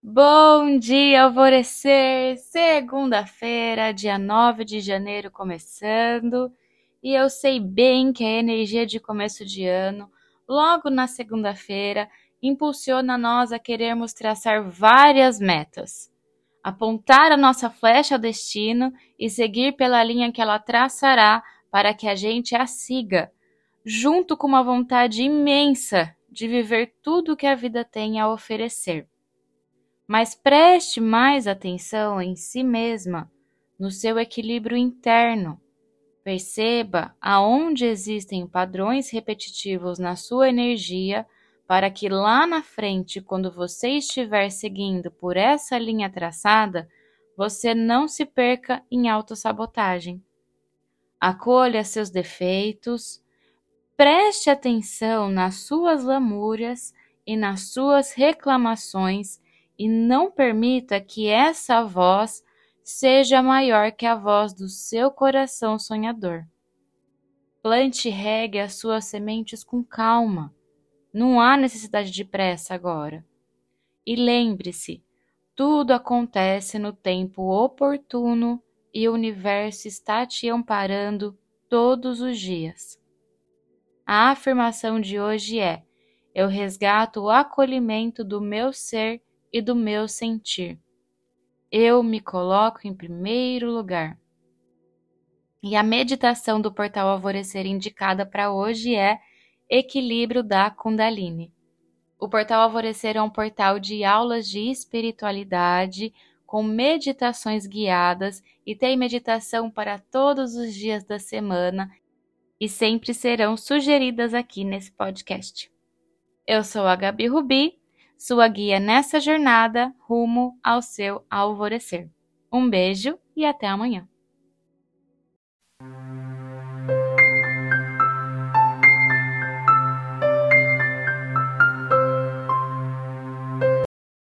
Bom dia, alvorecer! Segunda-feira, dia 9 de janeiro começando, e eu sei bem que a energia de começo de ano, logo na segunda-feira, impulsiona nós a querermos traçar várias metas, apontar a nossa flecha ao destino e seguir pela linha que ela traçará para que a gente a siga, junto com uma vontade imensa de viver tudo o que a vida tem a oferecer. Mas preste mais atenção em si mesma, no seu equilíbrio interno. Perceba aonde existem padrões repetitivos na sua energia para que lá na frente, quando você estiver seguindo por essa linha traçada, você não se perca em autossabotagem. Acolha seus defeitos, preste atenção nas suas lamúrias e nas suas reclamações e não permita que essa voz seja maior que a voz do seu coração sonhador. Plante e regue as suas sementes com calma. Não há necessidade de pressa agora. E lembre-se, tudo acontece no tempo oportuno e o universo está te amparando todos os dias. A afirmação de hoje é: eu resgato o acolhimento do meu ser e do meu sentir. Eu me coloco em primeiro lugar. E a meditação do portal Alvorecer indicada para hoje é Equilíbrio da Kundalini. O portal Alvorecer é um portal de aulas de espiritualidade com meditações guiadas e tem meditação para todos os dias da semana e sempre serão sugeridas aqui nesse podcast. Eu sou a Gabi Rubi, sua guia nessa jornada rumo ao seu alvorecer. Um beijo e até amanhã.